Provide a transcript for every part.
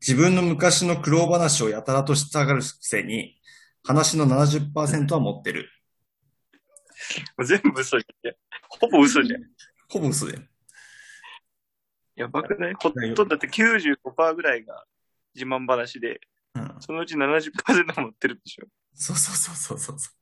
自分の昔の苦労話をやたらとしたがるくせに、話の70%は持ってる。 もう全部嘘じゃん。ほぼ嘘じゃん。 ほぼ嘘だよ。 やばくない？ほだよ。 とんどだって95%ぐらいが自慢話で、 うん。 そのうち70%持ってるでしょ。 そうそうそうそうそ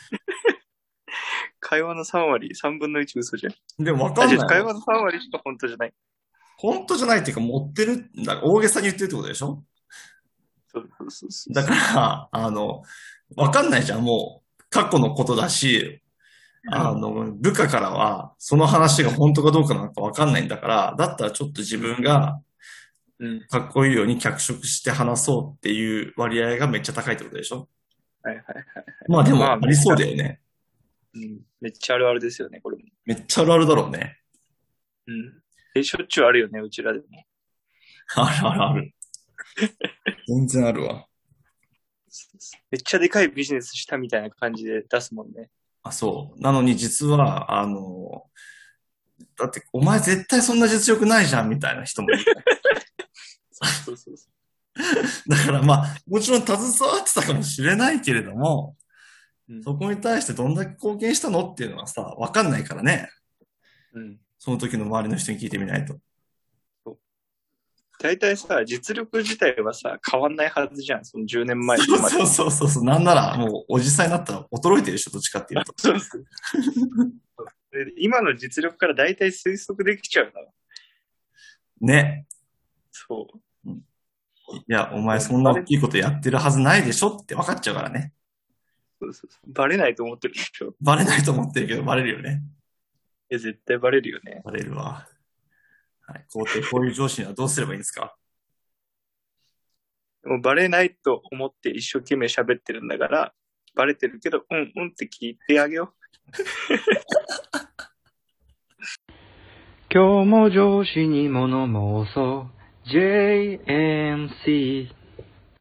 会話の3割、3分の1嘘じゃん。 う。でもわかあ、じゃあんないもん。 会話の3割しか本当じゃない。 本当じゃないっていうか持ってるんだ。大げさに言ってるってことでしょ？ そうそうそうそうだかそう。 ら、わかんないじゃん。もう、過去のことだし、 うん。 部下からは、その話が本当かどうかなんかわかんないんだから、だったらちょっと自うん。 分がうん。 かっこいいように脚色して話そうっていう割合がめっちゃ高いってことでしょ？ はいはいはい。 まあでまあ、 も、ありそうだよね。 うん。めっちゃあるあるですよね、これも。 めっちゃあるあるだろうね。 うん。しょっちゅうあるよね、うちらでも。 あるあるある。全然あるわ。 めっちゃでかいビジネスしたみたいな感じで出すもんね。 あ、そう。なのに実は、だってお前絶対そんな実力ないじゃんみたいな人もいる。 そうそうそうそだからまあ、もちろん携わってたかもしれないけれども、 う。うん。 そこに対してどんだけ貢献したのっていうのはさ、わかんないからね。 うん。 その時の周りの人に聞いてみないと。 そう。大体さ、実力自体はさ、変わんないはずじゃん。その10年前とそう今で。 そうそうそうそう。なんならもうおじさんになったら衰えてるでしょ、どっちかっていうと。 そうそうで今の実力から大体推測できちゃうな。 ね。 そう。 いや、お前でもそんな大きいことやってるはずないでしょって分かっちゃうからね。 そうそうそうバレないと思ってるでしょ。いバレないと思ってるけど、バレるよね。 や、絶対バレるよね。 バレるわ。はい。こういう上司にはどうすればいいんですか？ でもバレないと思って一生懸命喋ってるんだから、バレてるけど、うんうんって聞いてあげよう。今日も上司に物申そう。JMC